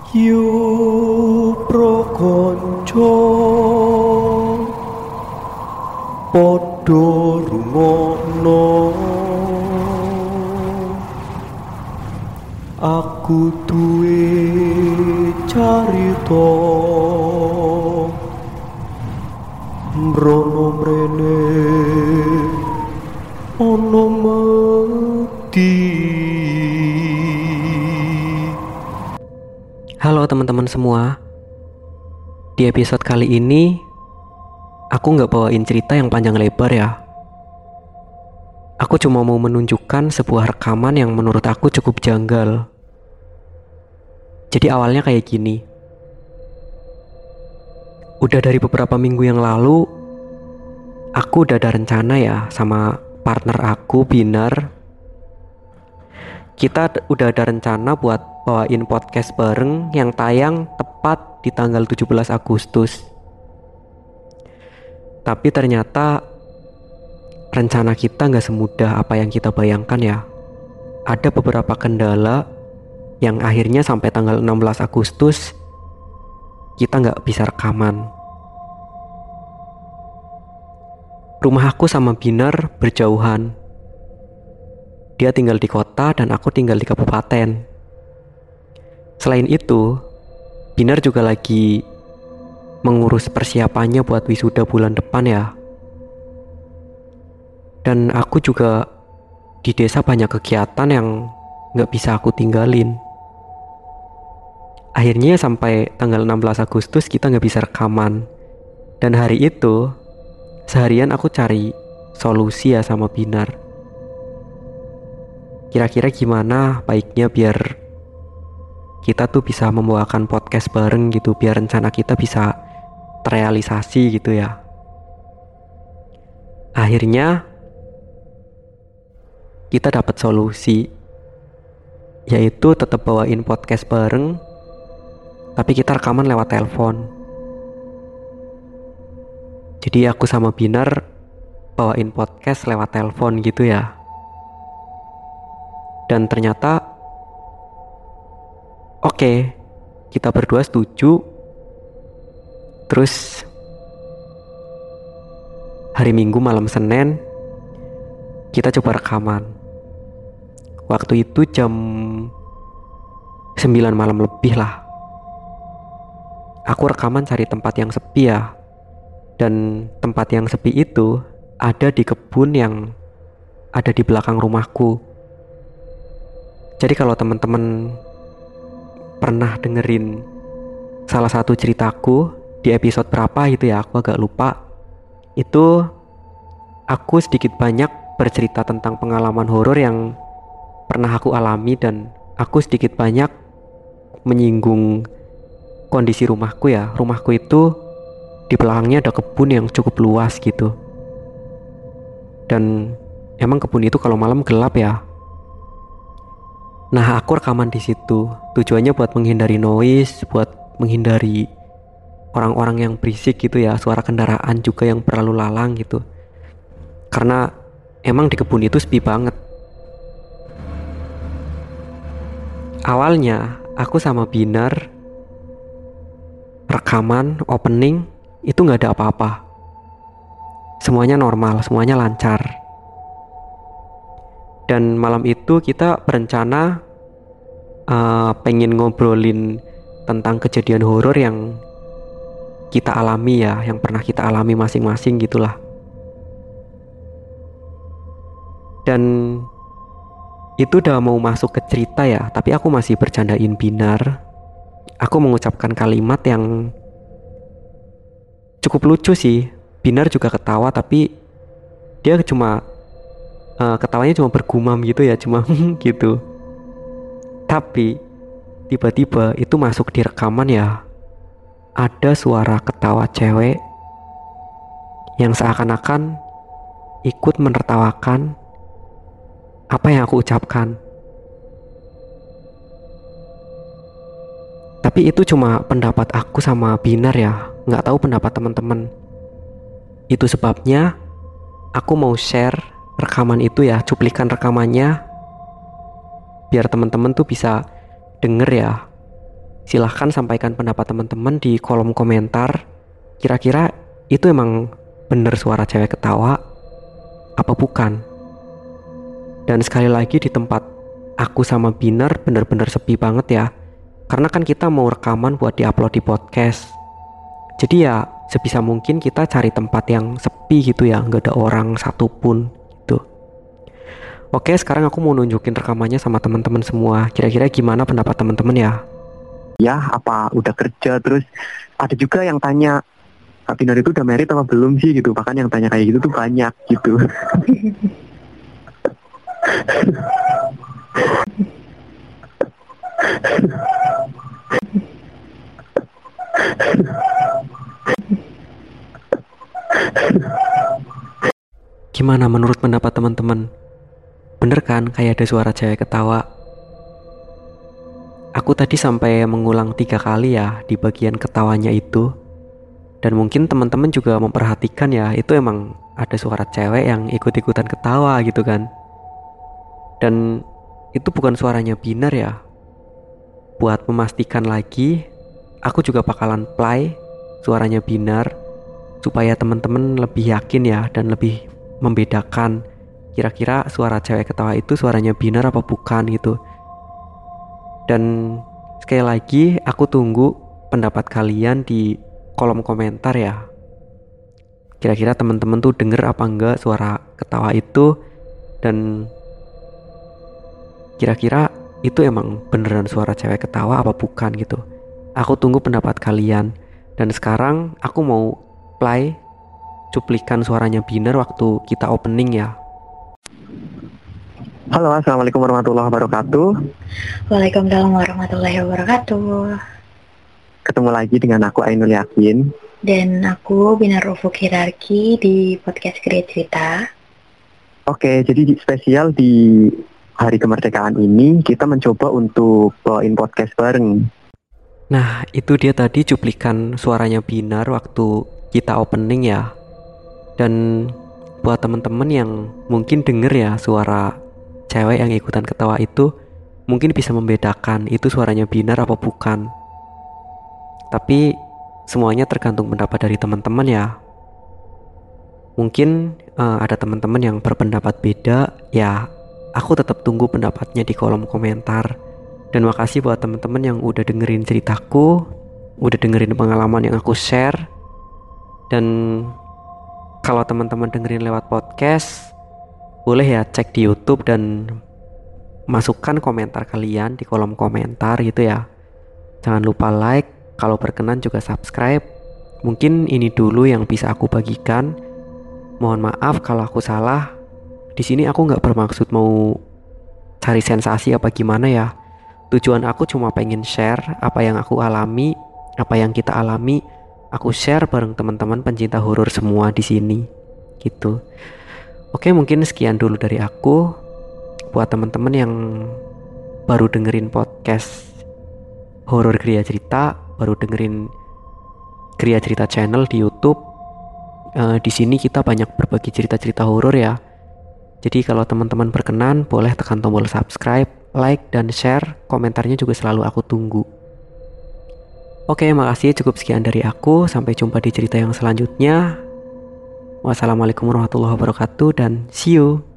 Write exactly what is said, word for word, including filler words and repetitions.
Yo pro konco padha rungokno, aku duwe carita mrono mrene ono mati. Halo teman-teman semua. Di episode kali ini aku gak bawain cerita yang panjang lebar ya. Aku cuma mau menunjukkan sebuah rekaman yang menurut aku cukup janggal. Jadi awalnya kayak gini. Udah dari beberapa minggu yang lalu aku udah ada rencana ya sama partner aku, Binar. Kita udah ada rencana buat bawain podcast bareng yang tayang tepat di tanggal tujuh belas Agustus. Tapi ternyata rencana kita gak semudah apa yang kita bayangkan ya. Ada beberapa kendala yang akhirnya sampai tanggal enam belas Agustus kita gak bisa rekaman. Rumah aku sama Binar berjauhan. Dia tinggal di kota dan aku tinggal di kabupaten. Selain itu, Binar juga lagi mengurus persiapannya buat wisuda bulan depan ya. Dan aku juga di desa banyak kegiatan yang gak bisa aku tinggalin. Akhirnya sampai tanggal enam belas Agustus kita gak bisa rekaman. Dan hari itu, seharian aku cari solusi ya sama Binar. Kira-kira gimana baiknya biar kita tuh bisa membawakan podcast bareng gitu, biar rencana kita bisa terrealisasi gitu ya. Akhirnya kita dapat solusi, yaitu tetap bawain podcast bareng, tapi kita rekaman lewat telepon. Jadi aku sama Binar bawain podcast lewat telepon gitu ya. Dan ternyata oke, okay, kita berdua setuju. Terus hari Minggu malam Senin kita coba rekaman. Waktu itu jam sembilan malam lebih lah. Aku rekaman cari tempat yang sepi ya. Dan tempat yang sepi itu ada di kebun yang ada di belakang rumahku. Jadi kalau teman-teman pernah dengerin salah satu ceritaku di episode berapa gitu ya, aku agak lupa. Itu aku sedikit banyak bercerita tentang pengalaman horor yang pernah aku alami, dan aku sedikit banyak menyinggung kondisi rumahku ya. Rumahku itu di belakangnya ada kebun yang cukup luas gitu. Dan emang kebun itu kalau malam gelap ya. Nah, aku rekaman di situ. Tujuannya buat menghindari noise, buat menghindari orang-orang yang berisik gitu ya, suara kendaraan juga yang berlalu lalang gitu. Karena emang di kebun itu sepi banget. Awalnya aku sama Binar rekaman opening itu gak ada apa-apa. Semuanya normal, semuanya lancar. Dan malam itu kita berencana uh, pengen ngobrolin tentang kejadian horor yang kita alami ya, yang pernah kita alami masing-masing gitulah. Dan itu udah mau masuk ke cerita ya, tapi aku masih bercandain Binar. Aku mengucapkan kalimat yang cukup lucu sih. Binar juga ketawa, tapi dia cuma uh, ketawanya cuma bergumam gitu ya, cuma gitu. Tapi tiba-tiba itu masuk di rekaman ya, ada suara ketawa cewek yang seakan-akan ikut menertawakan apa yang aku ucapkan. Tapi itu cuma pendapat aku sama Binar ya, nggak tahu pendapat teman-teman. Itu sebabnya aku mau share rekaman itu ya, cuplikan rekamannya, biar teman-teman tuh bisa denger ya. Silahkan sampaikan pendapat teman-teman di kolom komentar. Kira-kira itu emang bener suara cewek ketawa apa bukan? Dan sekali lagi, di tempat aku sama Binar bener-bener sepi banget ya. Karena kan kita mau rekaman buat diupload di podcast. Jadi ya sebisa mungkin kita cari tempat yang sepi gitu ya, nggak ada orang satupun gitu. Oke, sekarang aku mau nunjukin rekamannya sama teman-teman semua. Kira-kira gimana pendapat teman-teman ya? Ya, apa udah kerja? Terus ada juga yang tanya, Kak Binar itu udah married apa belum sih gitu. Bahkan yang tanya kayak gitu tuh banyak gitu. Gimana menurut pendapat teman-teman? Bener kan kayak ada suara cewek ketawa? Aku tadi sampai mengulang tiga kali ya di bagian ketawanya itu. Dan mungkin teman-teman juga memperhatikan ya, itu emang ada suara cewek yang ikut-ikutan ketawa gitu kan. Dan itu bukan suaranya Binar ya. Buat memastikan lagi, aku juga bakalan play suaranya Binar supaya teman-teman lebih yakin ya dan lebih membedakan kira-kira suara cewek ketawa itu suaranya Binar apa bukan gitu. Dan sekali lagi aku tunggu pendapat kalian di kolom komentar ya. Kira-kira teman-teman tuh denger apa enggak suara ketawa itu, dan kira-kira itu emang beneran suara cewek ketawa apa bukan gitu. Aku tunggu pendapat kalian. Dan sekarang aku mau play cuplikan suaranya Binar waktu kita opening ya. Halo, assalamualaikum warahmatullahi wabarakatuh. Waalaikumsalam warahmatullahi wabarakatuh. Ketemu lagi dengan aku Ainul Yakin. Dan aku Binar Ufuk Hirarki di podcast Kriya Cerita. Oke, jadi di, spesial di hari kemerdekaan ini kita mencoba untuk bawain podcast bareng. Nah, itu dia tadi cuplikan suaranya Binar waktu kita opening ya. Dan buat teman-teman yang mungkin denger ya suara cewek yang ikutan ketawa itu, mungkin bisa membedakan itu suaranya Binar apa bukan. Tapi semuanya tergantung pendapat dari teman-teman ya. Mungkin uh, ada teman-teman yang berpendapat beda, ya aku tetap tunggu pendapatnya di kolom komentar. Dan makasih buat teman-teman yang udah dengerin ceritaku, udah dengerin pengalaman yang aku share. Dan kalau teman-teman dengerin lewat podcast, boleh ya cek di YouTube dan masukkan komentar kalian di kolom komentar gitu ya. Jangan lupa like, kalau berkenan juga subscribe. Mungkin ini dulu yang bisa aku bagikan. Mohon maaf kalau aku salah. Di sini aku nggak bermaksud mau cari sensasi apa gimana ya. Tujuan aku cuma pengen share apa yang aku alami, apa yang kita alami. Aku share bareng teman-teman pencinta horor semua di sini. Gitu. Oke, mungkin sekian dulu dari aku. Buat teman-teman yang baru dengerin podcast Horor Kriya Cerita, baru dengerin Kriya Cerita channel di YouTube, uh, di sini kita banyak berbagi cerita-cerita horor ya. Jadi kalau teman-teman berkenan, boleh tekan tombol subscribe, like, dan share. Komentarnya juga selalu aku tunggu. Oke, makasih, cukup sekian dari aku. Sampai jumpa di cerita yang selanjutnya. Wassalamualaikum warahmatullahi wabarakatuh dan see you.